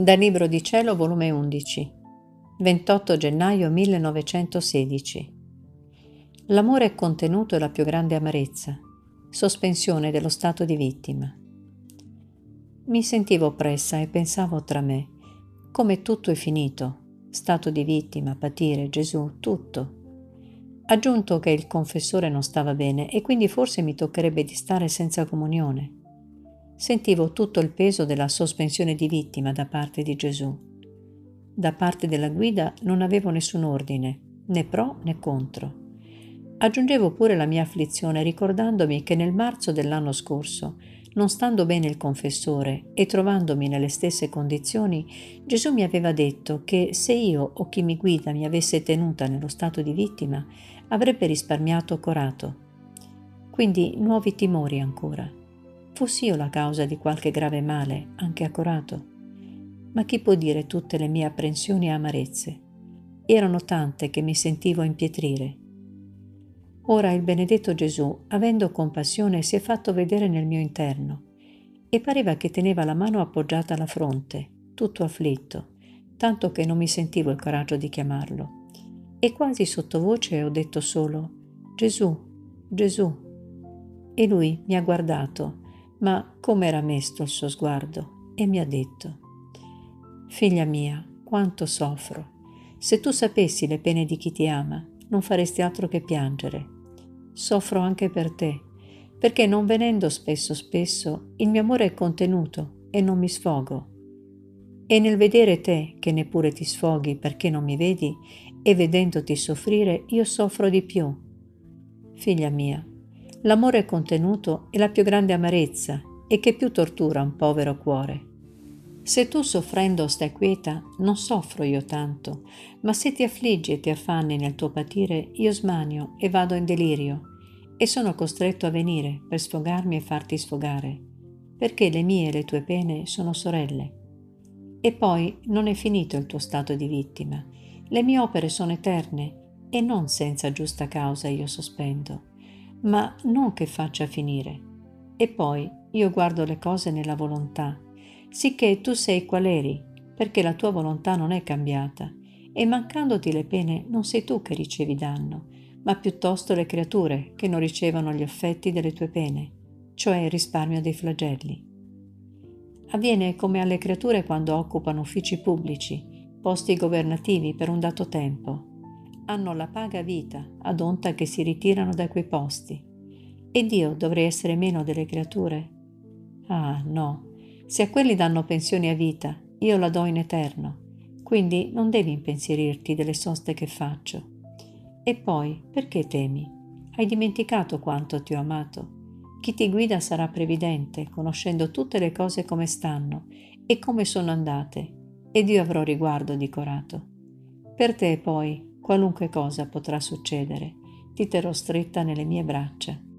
Dal Libro di Cielo, volume 11, 28 gennaio 1916. L'amore è contenuto è la più grande amarezza, sospensione dello stato di vittima. Mi sentivo oppressa e pensavo tra me, come tutto è finito, stato di vittima, patire, Gesù, tutto. Aggiunto che il confessore non stava bene e quindi forse mi toccherebbe di stare senza comunione. Sentivo tutto il peso della sospensione di vittima da parte di Gesù. Da parte della guida non avevo nessun ordine, né pro né contro. Aggiungevo pure la mia afflizione ricordandomi che nel marzo dell'anno scorso, non stando bene il confessore e trovandomi nelle stesse condizioni, Gesù mi aveva detto che se io o chi mi guida mi avesse tenuta nello stato di vittima, avrebbe risparmiato Corato. Quindi nuovi timori ancora. Fossi io la causa di qualche grave male, anche a Corato? Ma chi può dire tutte le mie apprensioni e amarezze? Erano tante che mi sentivo impietrire. Ora il benedetto Gesù, avendo compassione, si è fatto vedere nel mio interno e pareva che teneva la mano appoggiata alla fronte, tutto afflitto, tanto che non mi sentivo il coraggio di chiamarlo. E quasi sottovoce ho detto solo: Gesù, Gesù. E lui mi ha guardato, ma come era mesto il suo sguardo, e mi ha detto: Figlia mia, quanto soffro. Se tu sapessi le pene di chi ti ama, non faresti altro che piangere. Soffro anche per te, perché non venendo spesso, il mio amore è contenuto e non mi sfogo. E nel vedere te, che neppure ti sfoghi perché non mi vedi, e vedendoti soffrire, io soffro di più. Figlia mia, l'amore contenuto è la più grande amarezza e che più tortura un povero cuore. Se tu soffrendo stai quieta, non soffro io tanto, ma se ti affliggi e ti affanni nel tuo patire, io smanio e vado in delirio, e sono costretto a venire per sfogarmi e farti sfogare, perché le mie e le tue pene sono sorelle. E poi non è finito il tuo stato di vittima. Le mie opere sono eterne e non senza giusta causa io sospendo, ma non che faccia finire. E poi io guardo le cose nella volontà, sicché tu sei qual eri, perché la tua volontà non è cambiata, e mancandoti le pene non sei tu che ricevi danno, ma piuttosto le creature che non ricevono gli effetti delle tue pene, cioè il risparmio dei flagelli. Avviene come alle creature quando occupano uffici pubblici, posti governativi per un dato tempo. Hanno la paga a vita, ad onta che si ritirano da quei posti. Ed io dovrei essere meno delle creature? Ah, no. Se a quelli danno pensioni a vita, io la do in eterno. Quindi non devi impensierirti delle soste che faccio. E poi, perché temi? Hai dimenticato quanto ti ho amato? Chi ti guida sarà previdente, conoscendo tutte le cose come stanno e come sono andate, ed io avrò riguardo di Corato. Per te poi, qualunque cosa potrà succedere, ti terrò stretta nelle mie braccia.